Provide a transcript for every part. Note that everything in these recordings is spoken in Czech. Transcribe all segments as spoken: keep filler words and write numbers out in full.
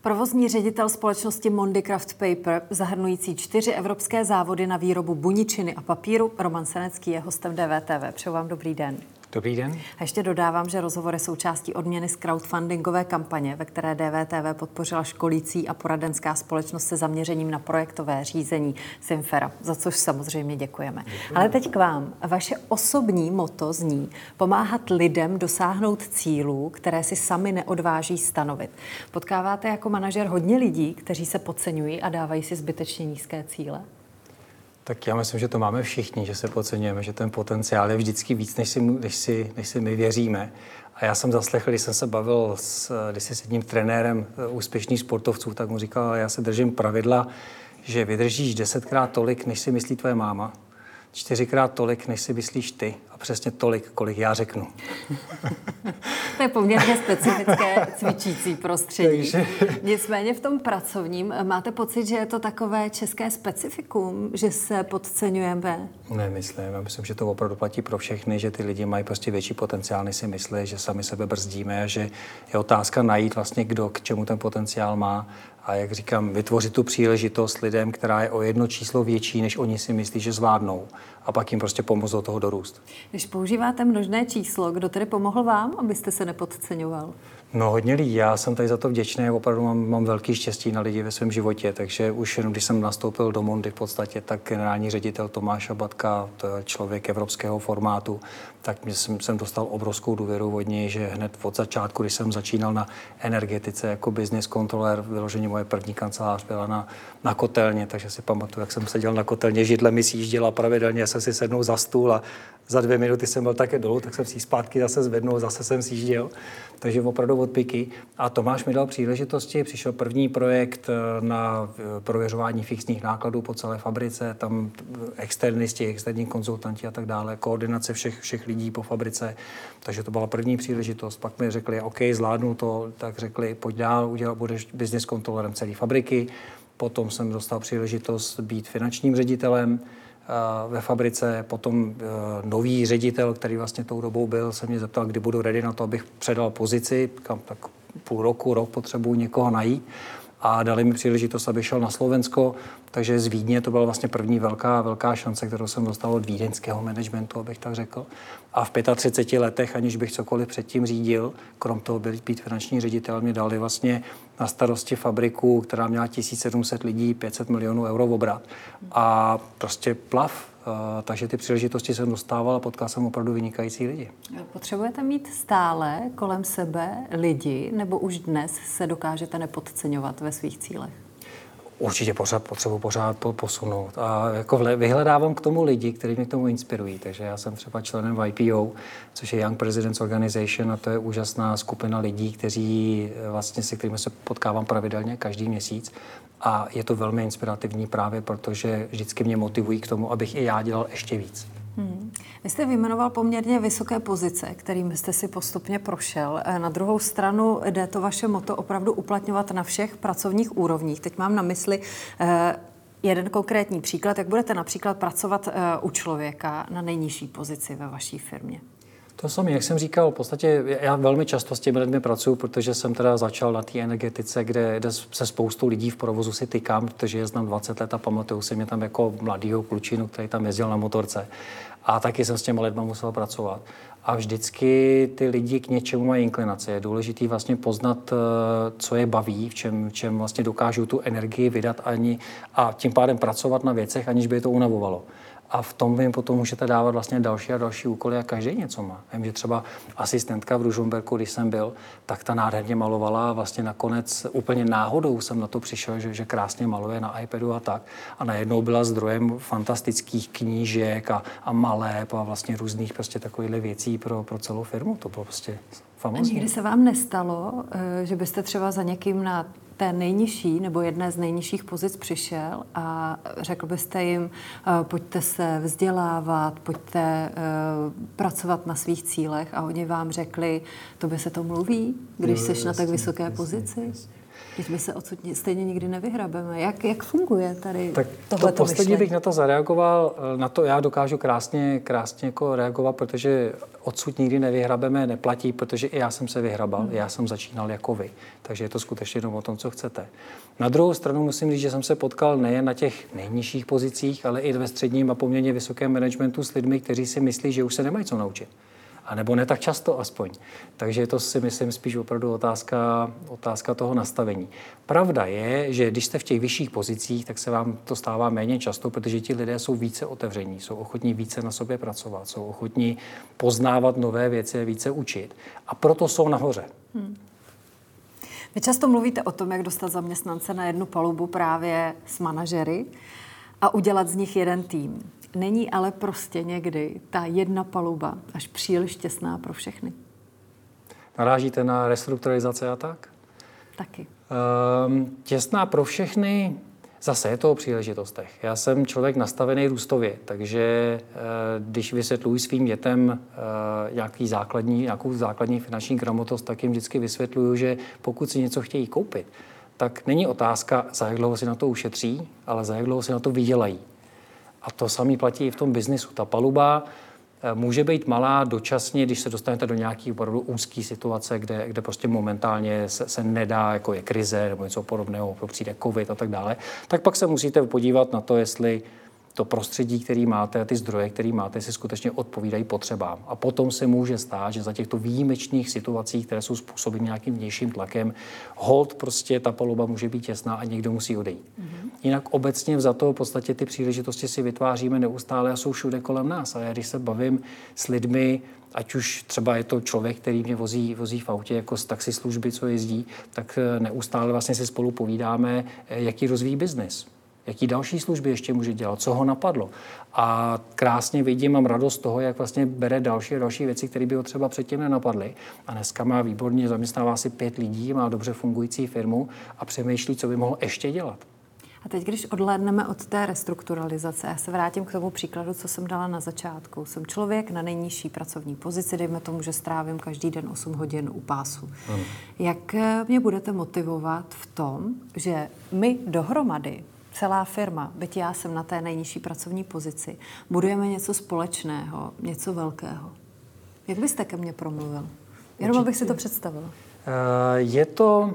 Provozní ředitel společnosti Mondi Craft Paper, zahrnující čtyři evropské závody na výrobu buničiny a papíru, Roman Senecký je hostem D V T V. Přeju vám dobrý den. Dobrý den. A ještě dodávám, že rozhovor je součástí odměny z crowdfundingové kampaně, ve které D V T V podpořila školící a poradenská společnost se zaměřením na projektové řízení Simfera, za což samozřejmě děkujeme. Děkuji. Ale teď k vám. Vaše osobní motto zní pomáhat lidem dosáhnout cílů, které si sami neodváží stanovit. Potkáváte jako manažer hodně lidí, kteří se podceňují a dávají si zbytečně nízké cíle? Tak já myslím, že to máme všichni, že se podceňujeme, že ten potenciál je vždycky víc, než si, než si, než si my věříme. A já jsem zaslechl, když jsem se bavil s, když s jedním trenérem úspěšných sportovců, tak mu říkal, já se držím pravidla, že vydržíš desetkrát tolik, než si myslí tvoje máma, čtyřikrát tolik, než si myslíš ty a přesně tolik, kolik já řeknu. To je poměrně specifické cvičící prostředí. Takže... Nicméně v tom pracovním máte pocit, že je to takové české specifikum, že se podceňujeme? Nemyslím. Já myslím, že to opravdu platí pro všechny, že ty lidi mají prostě větší potenciál, než si myslí, že sami sebe brzdíme a že je otázka najít vlastně, kdo k čemu ten potenciál má. A jak říkám, vytvořit tu příležitost lidem, která je o jedno číslo větší, než oni si myslí, že zvládnou. A pak jim prostě pomoct do toho dorůst. Když používáte množné číslo, kdo tedy pomohl vám, abyste se nepodceňoval? No hodně lidí. Já jsem tady za to vděčný. Opravdu mám, mám velký štěstí na lidi ve svém životě. Takže už jenom když jsem nastoupil do Mondy v podstatě, tak generální ředitel Tomáš Abatka, to je člověk evropského formátu, tak jsem, jsem dostal obrovskou důvěru od něj, že hned od začátku, když jsem začínal na energetice jako business controller, vyloženě moje první kancelář byla na, na kotelně, takže si pamatuju, jak jsem seděl na kotelně, židle mi sjížděla pravidelně, jsem si sednul za stůl a za dvě minuty jsem byl také dolů, tak jsem si zpátky zase zvednul, zase jsem sjížděl. Takže opravdu od piky. A Tomáš mi dal příležitosti, přišel první projekt na prověřování fixních nákladů po celé fabrice, tam externisti, externí konzultanti a tak dále, koordinace všech, všech lidí po fabrice. Takže to byla první příležitost. Pak mi řekli, OK, zvládnu to, tak řekli, pojď dál, udělal, budeš business kontrolerem celé fabriky. Potom jsem dostal příležitost být finančním ředitelem ve fabrice, potom nový ředitel, který vlastně tou dobou byl, se mě zeptal, kdy budu ready na to, abych předal pozici, kam tak půl roku, rok potřebuji někoho najít a dali mi příležitost, abych šel na Slovensko, takže z Vídně to byla vlastně první velká, velká šance, kterou jsem dostal od vídeňského managementu, abych tak řekl. A v třiceti pěti letech, aniž bych cokoliv předtím řídil, krom toho byl být finanční ředitel, mě dali vlastně na starosti fabriku, která měla tisíc sedm set lidí, pět set milionů euro obrat. A prostě plav. Takže ty příležitosti jsem dostával a potkal jsem opravdu vynikající lidi. Potřebujete mít stále kolem sebe lidi, nebo už dnes se dokážete nepodceňovat ve svých cílech? Určitě pořád potřebuji pořád posunout. A jako vyhledávám k tomu lidi, kteří mě k tomu inspirují. Takže já jsem třeba členem Y P O, což je Young Presidents Organization, a to je úžasná skupina lidí, kteří vlastně se kterými se potkávám pravidelně každý měsíc. A je to velmi inspirativní právě, protože vždycky mě motivují k tomu, abych i já dělal ještě víc. Hmm. Vy jste vyjmenoval poměrně vysoké pozice, kterými jste si postupně prošel. Na druhou stranu jde to vaše motto opravdu uplatňovat na všech pracovních úrovních. Teď mám na mysli eh, jeden konkrétní příklad. Jak budete například pracovat eh, u člověka na nejnižší pozici ve vaší firmě? To samé, jak jsem říkal, v podstatě já velmi často s těmi lidmi pracuji, protože jsem teda začal na té energetice, kde, kde se spoustu lidí v provozu si tykám, protože je znám dvacet let a pamatuju si mě tam jako mladýho klučinu, který tam jezdil na motorce. A taky jsem s těma lidma musel pracovat. A vždycky ty lidi k něčemu mají inklinace. Je důležité vlastně poznat, co je baví, v čem, v čem vlastně dokážou tu energii vydat ani, a tím pádem pracovat na věcech, aniž by je to unavovalo. A v tom vy potom můžete dávat vlastně další a další úkoly a každý něco má. Vím, že třeba asistentka v Ružomberku, když jsem byl, tak ta nádherně malovala a vlastně nakonec úplně náhodou jsem na to přišel, že, že krásně maluje na iPadu a tak. A najednou byla zdrojem fantastických knížek a, a maleb a vlastně různých prostě takovýchhle věcí pro, pro celou firmu. To bylo prostě famózní. A nikdy se vám nestalo, že byste třeba za někým na té nejnižší nebo jedné z nejnižších pozic přišel a řekl byste jim, pojďte se vzdělávat, pojďte uh, pracovat na svých cílech, a oni vám řekli, to by se to mluví, když jsi na tak vysoké pozici? Teď my se odsud stejně nikdy nevyhrabeme. Jak, jak funguje tady tak tohleto to poslední myšlení? bych na to zareagoval. Na to já dokážu krásně, krásně jako reagovat, protože odsud nikdy nevyhrabeme, neplatí, protože i já jsem se vyhrabal, hmm. já jsem začínal jako vy. Takže je to skutečně jenom o tom, co chcete. Na druhou stranu musím říct, že jsem se potkal nejen na těch nejnižších pozicích, ale i ve středním a poměrně vysokém managementu s lidmi, kteří si myslí, že už se nemají co naučit. A nebo ne tak často aspoň. Takže to si myslím spíš opravdu otázka, otázka toho nastavení. Pravda je, že když jste v těch vyšších pozicích, tak se vám to stává méně často, protože ti lidé jsou více otevření, jsou ochotní více na sobě pracovat, jsou ochotní poznávat nové věci, více učit. A proto jsou nahoře. Hmm. Vy často mluvíte o tom, jak dostat zaměstnance na jednu palubu právě s manažery a udělat z nich jeden tým. Není ale prostě někdy ta jedna paluba až příliš těsná pro všechny? Narážíte na restrukturalizace a tak? Taky. Ehm, těsná pro všechny, zase je to o příležitostech. Já jsem člověk nastavený růstově, takže e, když vysvětluji svým dětem e, nějaký základní, nějakou základní finanční gramotnost, tak jim vždycky vysvětluju, že pokud si něco chtějí koupit, tak není otázka, za jak dlouho si na to ušetří, ale za jak dlouho si na to vydělají. A to samé platí i v tom biznisu. Ta paluba může být malá dočasně, když se dostanete do nějaké opravdu úzké situace, kde, kde prostě momentálně se, se nedá, jako je krize nebo něco podobného, přijde covid a tak dále, tak pak se musíte podívat na to, jestli to prostředí, který máte, ty zdroje, který máte, si skutečně odpovídají potřebám. A potom se může stát, že za těchto výjimečných situacích, které jsou způsobeny nějakým vnějším tlakem, hold prostě ta paluba může být těsná a někdo musí odejít. Mm-hmm. Jinak obecně vzato v podstatě ty příležitosti si vytváříme neustále a jsou všude kolem nás. A já když se bavím s lidmi, ať už třeba je to člověk, který mě vozí, vozí v autě jako z taxislužby, co jezdí, tak neustále vlastně si spolu povídáme, jaký rozvíjí biznis. Jaký další služby ještě může dělat, co ho napadlo. A krásně vidím, mám radost z toho, jak vlastně bere další a další věci, které by ho třeba předtím nenapadly. A dneska má výborně, zaměstnává asi pět lidí, má dobře fungující firmu a přemýšlí, co by mohl ještě dělat. A teď, když odhlédneme od té restrukturalizace, já se vrátím k tomu příkladu, co jsem dala na začátku. Jsem člověk na nejnižší pracovní pozici, dejme tomu, že strávím každý den osm hodin u pásu. Hmm. Jak mě budete motivovat v tom, že my dohromady, celá firma, byť já jsem na té nejnižší pracovní pozici, budujeme něco společného, něco velkého? Jak byste ke mně promluvil? Jenom abych si to představila. Je to...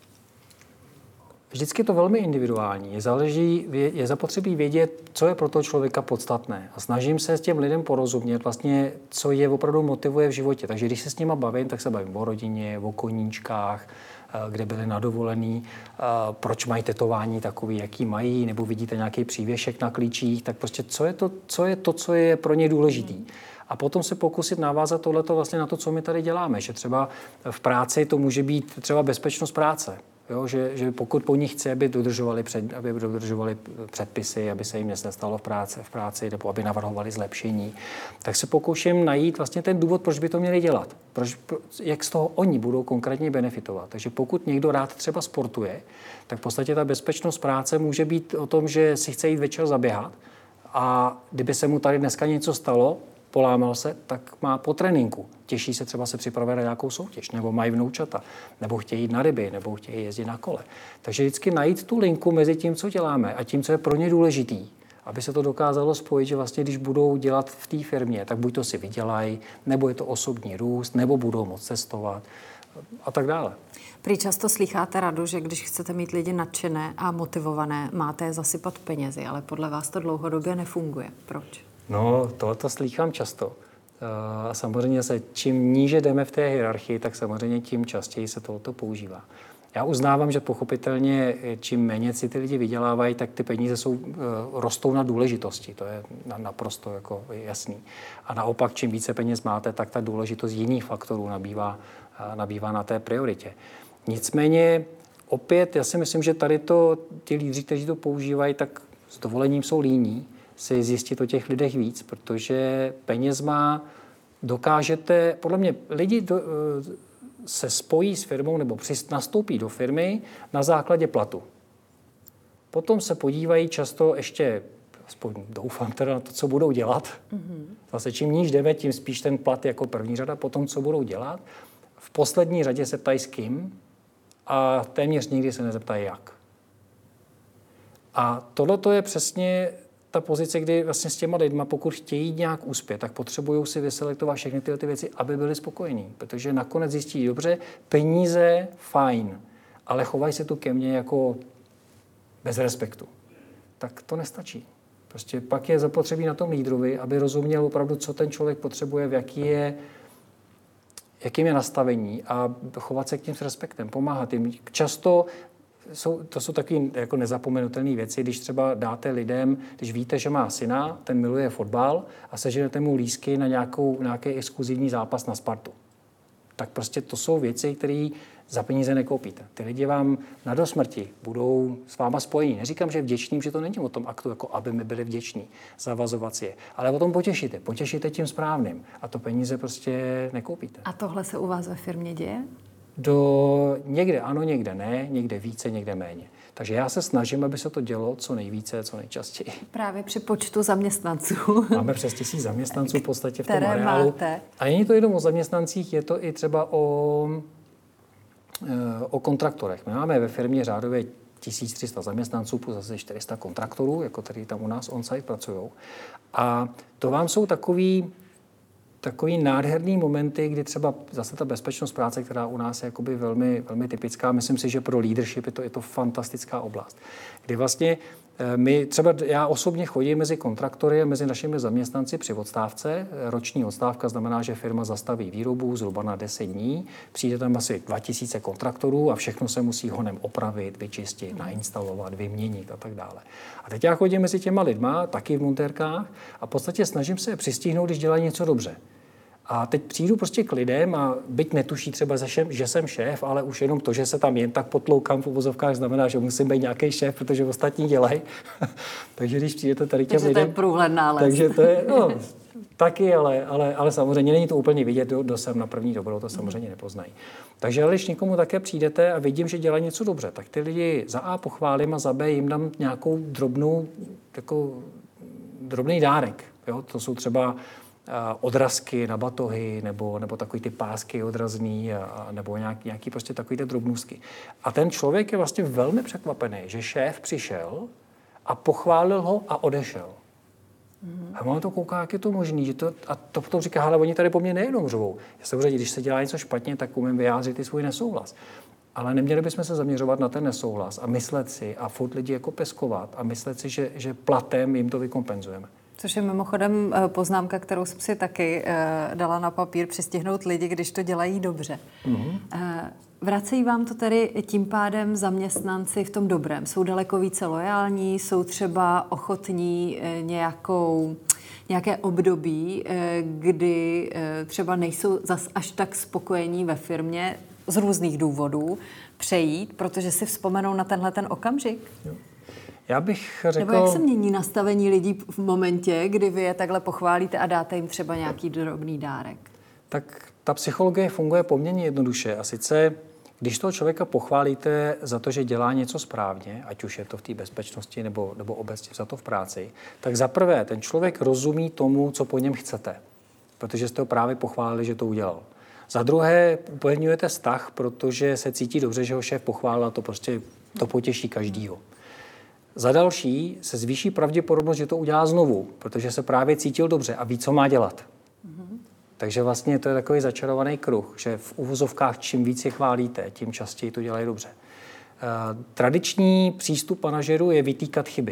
Vždycky je to velmi individuální. Je, záleží, je zapotřebí vědět, co je pro toho člověka podstatné. A snažím se s těm lidem porozumět, vlastně, co je opravdu motivuje v životě. Takže když se s nima bavím, tak se bavím o rodině, o koníčkách, kde byli na dovolený, proč mají tetování takový, jaký mají, nebo vidíte nějaký přívěšek na klíčích, tak prostě co je to, co je, to, co je pro ně důležitý. A potom se pokusit navázat tohleto vlastně na to, co my tady děláme. Že třeba v práci to může být třeba bezpečnost práce. Jo, že, že pokud po nich chce, aby dodržovali, před, aby dodržovali předpisy, aby se jim nic nestalo v práci, v práci, nebo aby navrhovali zlepšení, tak se pokouším najít vlastně ten důvod, proč by to měli dělat. Proč, jak z toho oni budou konkrétně benefitovat. Takže pokud někdo rád třeba sportuje, tak v podstatě ta bezpečnost práce může být o tom, že si chce jít večer zaběhat a kdyby se mu tady dneska něco stalo, polámal se, tak má po tréninku. Těší se třeba se připravit na nějakou soutěž, nebo mají vnoučata, nebo chtějí jít na ryby, nebo chtějí jezdit na kole. Takže vždycky najít tu linku mezi tím, co děláme a tím, co je pro ně důležitý, aby se to dokázalo spojit, že vlastně, když budou dělat v té firmě, tak buď to si vydělají, nebo je to osobní růst, nebo budou moct cestovat a tak dále. Prý často slýcháte radu, že když chcete mít lidi nadšené a motivované, máte je zasypat penězi, ale podle vás to dlouhodobě nefunguje. Proč? No, tohleto slýchám často. A samozřejmě se, čím níže jdeme v té hierarchii, tak samozřejmě tím častěji se tohleto používá. Já uznávám, že pochopitelně, čím méně si ty lidi vydělávají, tak ty peníze jsou, rostou na důležitosti. To je naprosto jako jasný. A naopak, čím více peněz máte, tak ta důležitost jiných faktorů nabývá, nabývá na té prioritě. Nicméně, opět, já si myslím, že tady to, ty lídři, kteří to používají, tak s dovolením jsou líní si zjistit o těch lidech víc, protože penězma dokážete, podle mě lidi do, se spojí s firmou nebo nastoupí do firmy na základě platu. Potom se podívají často ještě, aspoň doufám teda na to, co budou dělat. Mm-hmm. Zase čím níž jdeme, tím spíš ten plat jako první řada, potom co budou dělat. V poslední řadě se ptají s kým a téměř nikdy se nezeptají jak. A tohle je přesně ta pozice, kdy vlastně s těma lidma, pokud chtějí nějak uspět, tak potřebují si vyselektovat všechny tyhle ty věci, aby byli spokojení. Protože nakonec zjistí, dobře, peníze, fajn, ale chovají se tu ke mně jako bez respektu. Tak to nestačí. Prostě pak je zapotřebí na tom lídrovi, aby rozuměl opravdu, co ten člověk potřebuje, v jaký je, jakým je nastavení a chovat se k tím s respektem, pomáhat jim. Často jsou, to jsou takové jako nezapomenutelné věci, když třeba dáte lidem, když víte, že má syna, ten miluje fotbal a seženete mu lístky na nějakou, nějaký exkluzivní zápas na Spartu. Tak prostě to jsou věci, které za peníze nekoupíte. Ty lidi vám na do smrti budou s váma spojení. Neříkám, že vděčným, že to není o tom aktu, jako aby mi byli vděční, zavazovat si je. Ale o tom potěšíte. Potěšíte tím správným. A to peníze prostě nekoupíte. A tohle se u vás ve firmě děje? Do někde ano, někde ne, někde více, někde méně. Takže já se snažím, aby se to dělo co nejvíce, co nejčastěji. Právě při počtu zaměstnanců. Máme přes tisíc zaměstnanců v podstatě v tom Které areálu. máte. A není to jenom o zaměstnancích, je to i třeba o, o kontraktorech. My máme ve firmě řádově tisíc tři sta zaměstnanců plus zase čtyři sta kontraktorů, jako který tam u nás on-site pracují. A to vám jsou takový takový nádherný momenty, kdy třeba zase ta bezpečnost práce, která u nás je jakoby velmi, velmi typická, myslím si, že pro leadership je to, je to fantastická oblast. Kdy vlastně my, třeba já osobně chodím mezi kontraktory a mezi našimi zaměstnanci při odstávce. Roční odstávka znamená, že firma zastaví výrobu zhruba na deset dní, přijde tam asi dva tisíce kontraktorů a všechno se musí honem opravit, vyčistit, nainstalovat, vyměnit a tak dále. A teď já chodím mezi těma lidma, taky v montérkách a v podstatě snažím se je přistihnout, když dělají něco dobře. A teď přijdu prostě k lidem a byť netuší třeba, že jsem šéf, ale už jenom to, že se tam jen tak potloukám v uvozovkách, znamená, že musím být nějaký šéf, protože ostatní dělají. Takže když přijdete tady těm takže lidem... to je průhledná les. Takže to je, no, taky, ale, ale, ale samozřejmě není to úplně vidět, kdo jsem na první dobrou, to samozřejmě nepoznají. Takže ale když někomu také přijdete a vidím, že dělá něco dobře, tak ty lidi za A pochválím a za B jim dám nějakou drobnou, jako drobný dárek. Jo? To jsou třeba odrazky na batohy, nebo, nebo takový ty pásky odrazný, a, nebo nějak, nějaký prostě takový ty drobnůzky. A ten člověk je vlastně velmi překvapený, že šéf přišel a pochválil ho a odešel. Mm. A on to kouká, jak je to možný, že to, a to potom říká, ale oni tady po mně nejenom řvou. Já samozřejmě, když se dělá něco špatně, tak umím vyjádřit i svůj nesouhlas. Ale neměli bychom se zaměřovat na ten nesouhlas a myslet si a furt lidi jako peskovat a myslet si, že, že platem jim to vykompenzujeme. Což je mimochodem poznámka, kterou jsem si taky dala na papír, přistihnout lidi, když to dělají dobře. Mm-hmm. Vracejí vám to tedy tím pádem zaměstnanci v tom dobrém? Jsou daleko více lojální, jsou třeba ochotní nějakou, nějaké období, kdy třeba nejsou zas až tak spokojení ve firmě z různých důvodů přejít, protože si vzpomenou na tenhle ten okamžik? Jo. Já bych řekl... Nebo jak se mění nastavení lidí v momentě, kdy vy je takhle pochválíte a dáte jim třeba nějaký drobný dárek? Tak ta psychologie funguje poměrně jednoduše. A sice, když toho člověka pochválíte za to, že dělá něco správně, ať už je to v té bezpečnosti nebo, nebo obecně za to v práci, tak za prvé ten člověk rozumí tomu, co po něm chcete, protože jste ho právě pochválili, že to udělal. Za druhé upevňujete vztah, protože se cítí dobře, že ho šéf pochválil a to prostě to potěší každýho. Za další se zvýší pravděpodobnost, že to udělá znovu, protože se právě cítil dobře a ví, co má dělat. Mm-hmm. Takže vlastně to je takový začarovaný kruh, že v uvozovkách čím víc je chválíte, tím častěji to dělají dobře. Uh, tradiční přístup manažerů je vytýkat chyby.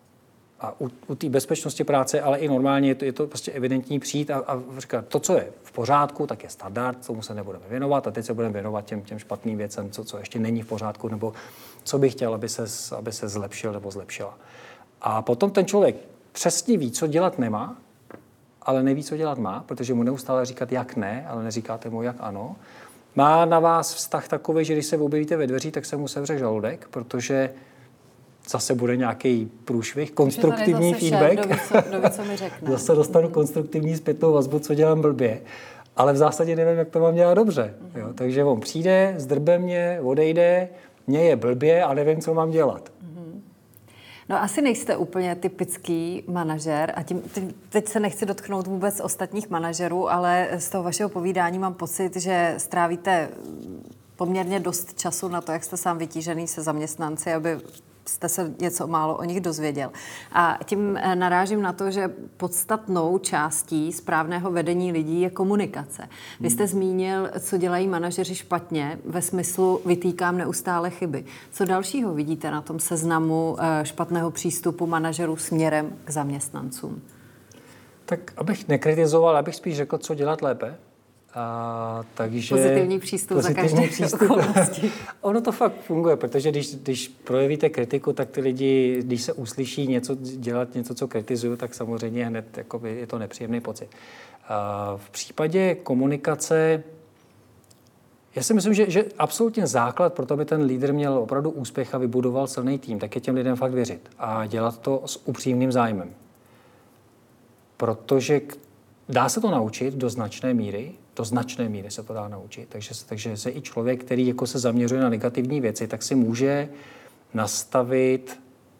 A u, u té bezpečnosti práce, ale i normálně je to, je to prostě evidentní přijít a, a říkat, to, co je v pořádku, tak je standard, tomu se nebudeme věnovat a teď se budeme věnovat těm, těm špatným věcem, co, co ještě není v pořádku, nebo co bych chtěl, aby se, aby se zlepšil nebo zlepšila. A potom ten člověk přesně ví, co dělat nemá, ale neví, co dělat má, protože mu neustále říkat, jak ne, ale neříkáte mu, jak ano. Má na vás vztah takový, že když se objevíte ve dveří, tak se mu sevře žaludek, protože zase bude nějaký průšvih, konstruktivní feedback. Šéf, kdo ví, co, kdo ví, co mi řekne. Zase dostanu konstruktivní zpětnou vazbu, co dělám blbě. Ale v zásadě nevím, jak to mám dělat dobře. Mm-hmm. Jo? Takže on přijde, zdrbe mě, odejde, mě je blbě a nevím, co mám dělat. Mm-hmm. No asi nejste úplně typický manažer a tím, tím, teď se nechci dotknout vůbec ostatních manažerů, ale z toho vašeho povídání mám pocit, že strávíte poměrně dost času na to, jak jste sám vytížený se zaměstnanci, aby jste se něco málo o nich dozvěděl. A tím narážím na to, že podstatnou částí správného vedení lidí je komunikace. Vy jste zmínil, co dělají manažeři špatně, ve smyslu vytýkám neustále chyby. Co dalšího vidíte na tom seznamu špatného přístupu manažerů směrem k zaměstnancům? Tak abych nekritizoval, abych spíš řekl, co dělat lépe. A, takže pozitivní přístup pozitivní za každé okolnosti. Ono to fakt funguje, protože když, když projevíte kritiku, tak ty lidi, když se uslyší něco dělat, něco, co kritizují, tak samozřejmě hned jakoby, je to nepříjemný pocit. A v případě komunikace, já si myslím, že, že absolutně základ pro to, aby ten lídr měl opravdu úspěch a vybudoval silný tým, tak je těm lidem fakt věřit a dělat to s upřímným zájmem. Protože dá se to naučit do značné míry, do značné míry se to dá naučit. Takže, takže se i člověk, který jako se zaměřuje na negativní věci, tak si může nastavit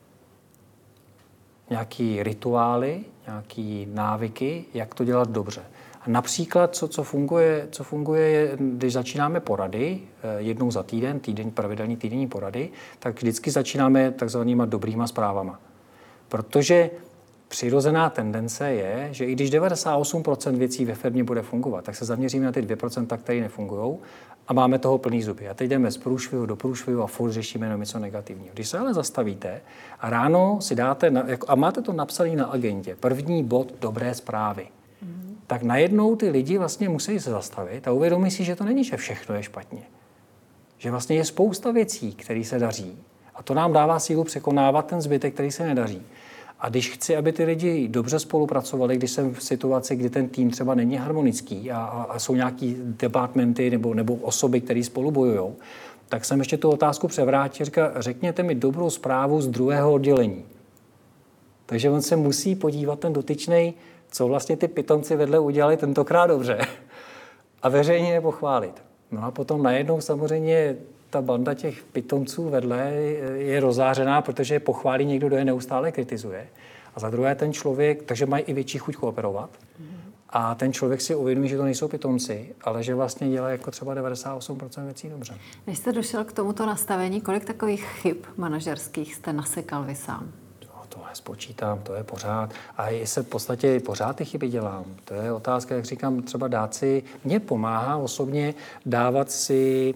nějaký rituály, nějaký návyky, jak to dělat dobře. A například, co, co, funguje, co funguje, je, když začínáme porady, jednou za týden, týden, pravidelný týdenní porady, tak vždycky začínáme takzvanýma dobrýma zprávama. Protože přirozená tendence je, že i když devadesát osm procent věcí ve firmě bude fungovat, tak se zaměříme na ty dvě procenta, které nefungují a máme toho plný zuby. A teď jdeme z průšvihu do průšvihu a furt řešíme jenom něco negativního. Když se ale zastavíte a ráno si dáte, na, a máte to napsané na agendě, první bod dobré zprávy, mm. tak najednou ty lidi vlastně musí se zastavit a uvědomí si, že to není, že všechno je špatně. Že vlastně je spousta věcí, které se daří a to nám dává sílu překonávat ten zbytek, který se nedaří. A když chci, aby ty lidi dobře spolupracovali, když jsem v situaci, kdy ten tým třeba není harmonický a, a, a jsou nějaký departmenty nebo, nebo osoby, které spolu bojují, tak jsem ještě tu otázku převrátil, říká, řekněte mi dobrou zprávu z druhého oddělení. Takže on se musí podívat ten dotyčnej, co vlastně ty pitomci vedle udělali tentokrát dobře a veřejně je pochválit. No a potom najednou samozřejmě ta banda těch pitomců vedle je rozářená, protože je pochválí někdo, kdo je neustále kritizuje. A za druhé ten člověk, takže mají i větší chuť kooperovat. A ten člověk si uvědomí, že to nejsou pitomci, ale že vlastně dělá jako třeba devadesát osm procent věcí dobře. Než jste došel k tomuto nastavení, kolik takových chyb manažerských jste nasekal vy sám? No, to já spočítám, to je pořád. A jestli v podstatě pořád ty chyby dělám. To je otázka, jak říkám, třeba dát si, mně pomáhá osobně dávat si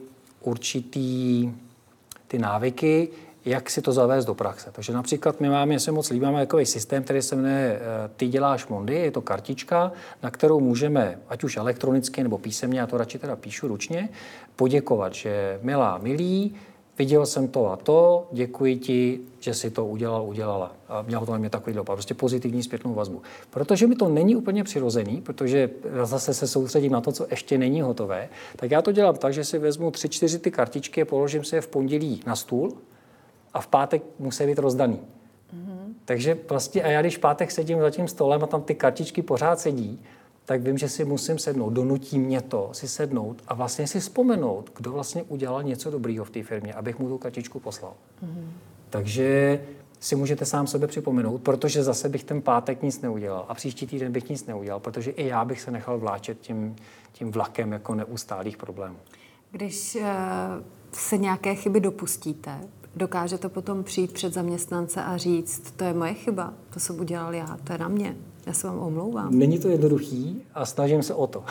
určitý ty návyky, jak si to zavést do praxe. Takže například my máme, se moc líbíme takový systém, který se jmenuje Ty děláš Mondy, je to kartička, na kterou můžeme, ať už elektronicky nebo písemně, já to radši teda píšu ručně, poděkovat, že milá, milý, viděl jsem to a to, děkuji ti, že si to udělal, udělala. A mělo to na mě takový dopad, prostě pozitivní zpětnou vazbu. Protože mi to není úplně přirozený, protože zase se soustředím na to, co ještě není hotové, tak já to dělám tak, že si vezmu tři, čtyři ty kartičky, položím si je v pondělí na stůl a v pátek musí být rozdaný. Mm-hmm. Takže vlastně, a já když v pátek sedím za tím stolem a tam ty kartičky pořád sedí, tak vím, že si musím sednout, donutí mě to si sednout a vlastně si vzpomenout, kdo vlastně udělal něco dobrýho v té firmě, abych mu tu kartičku poslal. Mm-hmm. Takže si můžete sám sebe připomenout, protože zase bych ten pátek nic neudělal a příští týden bych nic neudělal, protože i já bych se nechal vláčet tím, tím vlakem jako neustálých problémů. Když uh, se nějaké chyby dopustíte, dokážete potom přijít před zaměstnance a říct, to je moje chyba, to jsem udělal já, to je na mě, já se vám omlouvám. Není to jednoduchý a snažím se o to.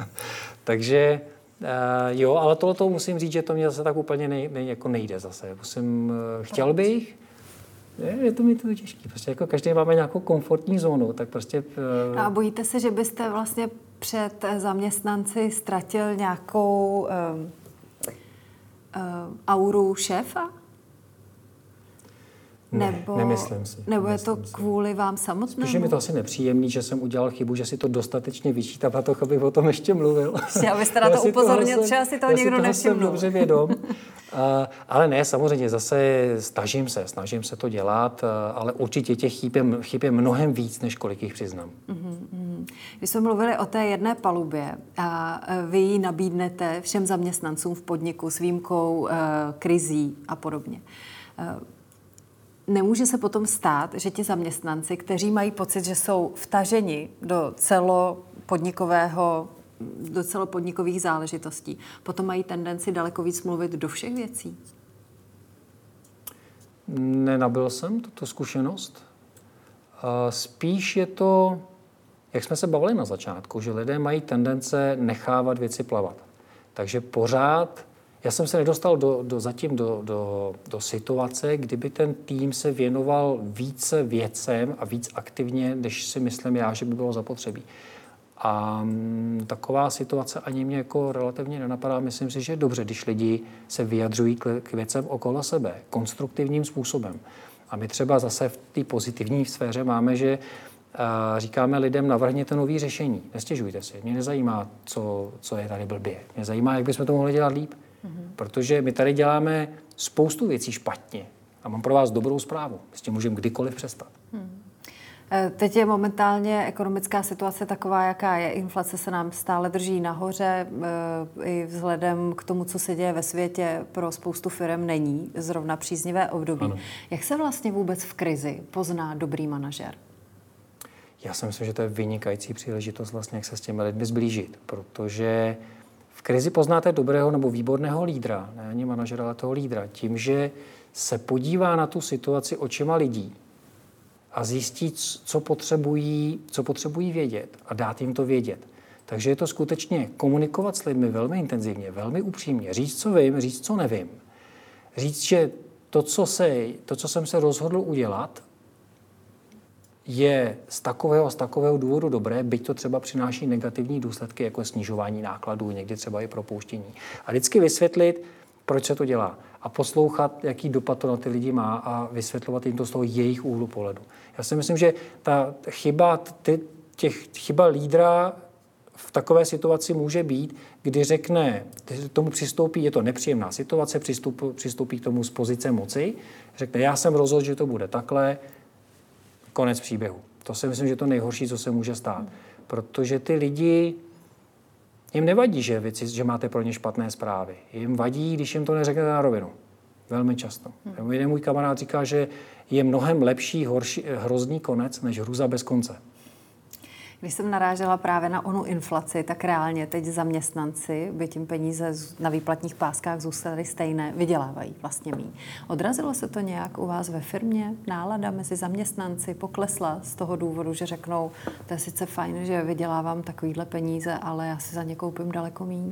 Takže uh, jo, ale tohle musím říct, že to mě zase tak úplně nej, nej, jako nejde zase. Musím, uh, chtěl bych, je, je to mi to těžké. Prostě jako každý máme nějakou komfortní zónu, tak prostě... Uh... A bojíte se, že byste vlastně před zaměstnanci ztratil nějakou uh, uh, auru šéfa? Ne, nebo, nemyslím si. Nebo nemyslím je to si. kvůli vám samotnému? Spíš je mi to asi nepříjemný, že jsem udělal chybu, že si to dostatečně vyčítám a to, abych o tom ještě mluvil. Já byste na to upozornil, třeba si toho někdo nevšimnul. Já si toho jsem dobře vědom. uh, ale ne, samozřejmě zase snažím se, snažím se to dělat, uh, ale určitě těch chyb je, chyb je mnohem víc, než kolik jich přiznám. Uh-huh. Když jsme mluvili o té jedné palubě a vy ji nabídnete všem zaměstnancům v podniku s výjimkou uh, krizí a podobně. Uh, Nemůže se potom stát, že ti zaměstnanci, kteří mají pocit, že jsou vtaženi do celopodnikového do celopodnikových záležitostí, potom mají tendenci daleko víc mluvit do všech věcí? Nenabyl jsem tuto zkušenost. Spíš je to, jak jsme se bavili na začátku, že lidé mají tendence nechávat věci plavat. Takže pořád, já jsem se nedostal do, do, zatím do, do, do situace, kdyby ten tým se věnoval více věcem a víc aktivně, než si myslím já, že by bylo zapotřebí. A m, taková situace ani mě jako relativně nenapadá. Myslím si, že je dobře, když lidi se vyjadřují k, k věcem okolo sebe konstruktivním způsobem. A my třeba zase v té pozitivní sféře máme, že a, říkáme lidem, navrhněte nový řešení, nestěžujte si. Mě nezajímá, co, co je tady blbě. Mě zajímá, jak bychom to mohli dělat líp. Mm-hmm. Protože my tady děláme spoustu věcí špatně. A mám pro vás dobrou zprávu. S tím můžeme kdykoliv přestat. Mm. Teď je momentálně ekonomická situace taková, jaká je. Inflace se nám stále drží nahoře. I vzhledem k tomu, co se děje ve světě, pro spoustu firem není zrovna příznivé období. Ano. Jak se vlastně vůbec v krizi pozná dobrý manažer? Já si myslím, že to je vynikající příležitost vlastně, jak se s těmi lidmi zblížit. Protože v krizi poznáte dobrého nebo výborného lídra, ne ani manažera, ale toho lídra, tím, že se podívá na tu situaci očima lidí a zjistí, co potřebují, co potřebují vědět a dát jim to vědět. Takže je to skutečně komunikovat s lidmi velmi intenzivně, velmi upřímně, říct, co vím, říct, co nevím. Říct, že to, co, se, to, co jsem se rozhodl udělat, je z takového, z takového důvodu dobré, byť to třeba přináší negativní důsledky, jako snižování nákladů, někdy třeba i propouštění. A vždycky vysvětlit, proč se to dělá. A poslouchat, jaký dopad to na ty lidi má a vysvětlovat jim to z toho jejich úhlu pohledu. Já si myslím, že ta chyba, ty, těch, chyba lídra v takové situaci může být, kdy řekne, tomu přistoupí, je to nepříjemná situace, přistup, přistoupí k tomu z pozice moci, řekne, já jsem rozhodl, že to bude takhle, konec příběhu. To si myslím, že to nejhorší, co se může stát. Protože ty lidi, jim nevadí, že, věci, že máte pro ně špatné zprávy. Jim vadí, když jim to neřeknete na rovinu. Velmi často. Hmm. Jeden můj kamarád říká, že je mnohem lepší horší, hrozný konec, než hruza bez konce. Když jsem narážela právě na onu inflaci, tak reálně teď zaměstnanci, by tím peníze na výplatních páskách zůstaly stejné, vydělávají vlastně míň. Odrazilo se to nějak u vás ve firmě? Nálada mezi zaměstnanci poklesla z toho důvodu, že řeknou, to je sice fajn, že vydělávám takovýhle peníze, ale já si za ně koupím daleko míň?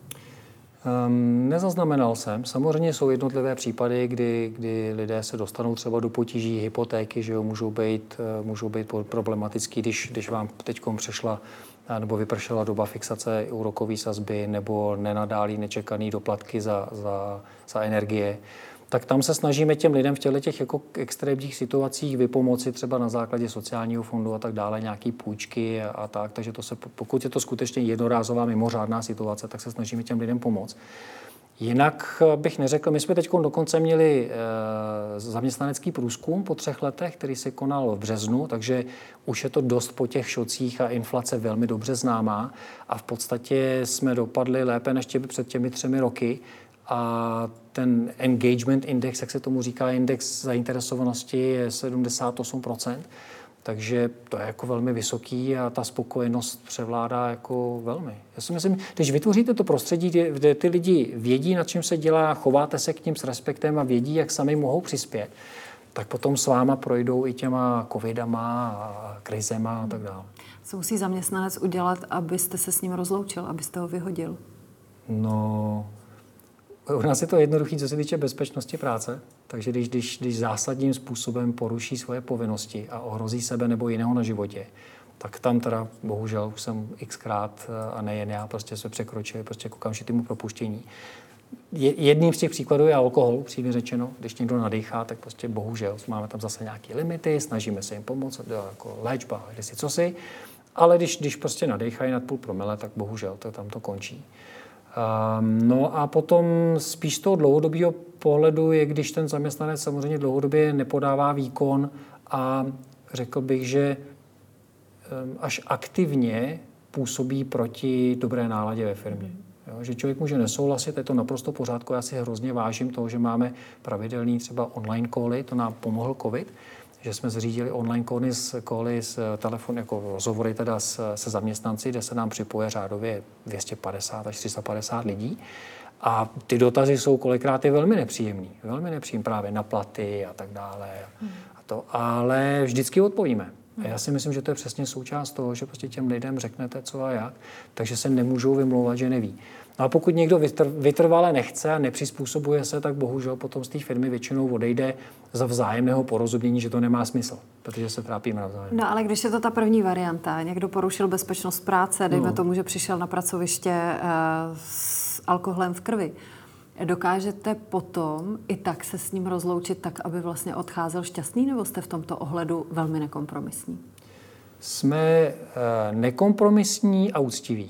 Um, nezaznamenal jsem. Samozřejmě jsou jednotlivé případy, kdy, kdy lidé se dostanou třeba do potíží, hypotéky, že jo, můžou být, můžou být problematický, když, když vám teďkom přešla nebo vypršela doba fixace úrokové sazby nebo nenadálý nečekaný doplatky za, za, za energie. Tak tam se snažíme těm lidem v těchto těch jako extrémních situacích vypomoci třeba na základě sociálního fondu a tak dále, nějaký půjčky a, a tak. Takže to se, pokud je to skutečně jednorázová mimořádná situace, tak se snažíme těm lidem pomoct. Jinak bych neřekl, my jsme teď dokonce měli e, zaměstnanecký průzkum po třech letech, který se konal v březnu, takže už je to dost po těch šocích a inflace velmi dobře známá a v podstatě jsme dopadli lépe než tě, před těmi třemi roky. A ten engagement index, jak se tomu říká, index zainteresovanosti je sedmdesát osm procent, takže to je jako velmi vysoký a ta spokojenost převládá jako velmi. Já si myslím, když vytvoříte to prostředí, kde ty lidi vědí, nad čím se dělá, chováte se k ním s respektem a vědí, jak sami mohou přispět, tak potom s váma projdou i těma covidama a krizema a tak dále. Co musí zaměstnanec udělat, abyste se s ním rozloučil, abyste ho vyhodil? No... U nás je to jednoduché, co se týče bezpečnosti práce, takže když, když, když zásadním způsobem poruší svoje povinnosti a ohrozí sebe nebo jiného na životě, tak tam teda bohužel už jsem xkrát a nejen já, prostě se překročuje prostě k okamžitému propuštění. Jedním z těch příkladů je alkohol, upřímně řečeno. Když někdo nadýchá, tak prostě bohužel máme tam zase nějaké limity, snažíme se jim pomoct, jako léčba, si cosi, ale když, když prostě nadýchají nad půl promile, tak bohužel to tam to končí. Um, no a potom spíš z toho dlouhodobého pohledu je, když ten zaměstnanec samozřejmě dlouhodobě nepodává výkon a řekl bych, že um, až aktivně působí proti dobré náladě ve firmě. Jo, že člověk může nesouhlasit, je to naprosto pořádku. Já si hrozně vážím toho, že máme pravidelný třeba online cally, to nám pomohl covid, že jsme zřídili online cally s, cally s telefon, jako rozhovory teda s, se zaměstnanci, kde se nám připoje řádově dvě stě padesát až tři sta padesát lidí. A ty dotazy jsou kolikrát je velmi nepříjemný. Velmi nepříjemný právě na platy a tak dále. Hmm. A to, ale vždycky odpovíme. A já si myslím, že to je přesně součást toho, že prostě těm lidem řeknete co a jak, takže se nemůžou vymlouvat, že neví. No a pokud někdo vytr- vytrvale nechce a nepřizpůsobuje se, tak bohužel potom z té firmy většinou odejde za vzájemného porozumění, že to nemá smysl, protože se trápíme navzájem. No ale když je to ta první varianta, někdo porušil bezpečnost práce, dejme no. tomu, že přišel na pracoviště uh, s alkoholem v krvi, dokážete potom i tak se s ním rozloučit tak, aby vlastně odcházel šťastný, nebo jste v tomto ohledu velmi nekompromisní? Jsme uh, nekompromisní a úctiví.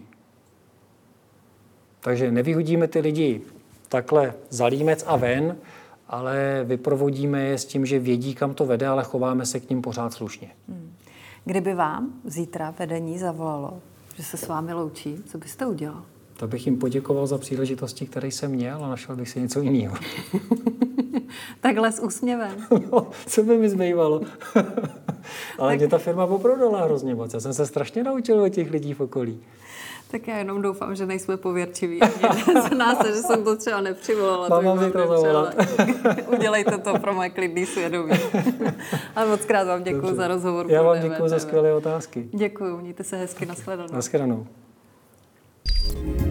Takže nevyhodíme ty lidi takhle za límec a ven, ale vyprovodíme je s tím, že vědí, kam to vede, ale chováme se k ním pořád slušně. Hmm. Kdyby vám zítra vedení zavolalo, že se s vámi loučí, co byste udělal? To bych jim poděkoval za příležitosti, které jsem měl a našel bych si něco jiného. Takhle s úsměvem. No, co by mi zbývalo? Ale tak... mě ta firma poprodala hrozně moc. Já jsem se strašně naučil od těch lidí v okolí. Tak já jenom doufám, že nejsme pověrčiví. Z nás, že jsem to třeba nepřivolala. Mám vám to zavolat. Udělejte to pro moje klidný svědomí. Ale moc krát vám děkuji za rozhovor. Já vám děkuji za skvělé otázky. Děkuji, mějte se hezky, nashledanou. Nashledanou.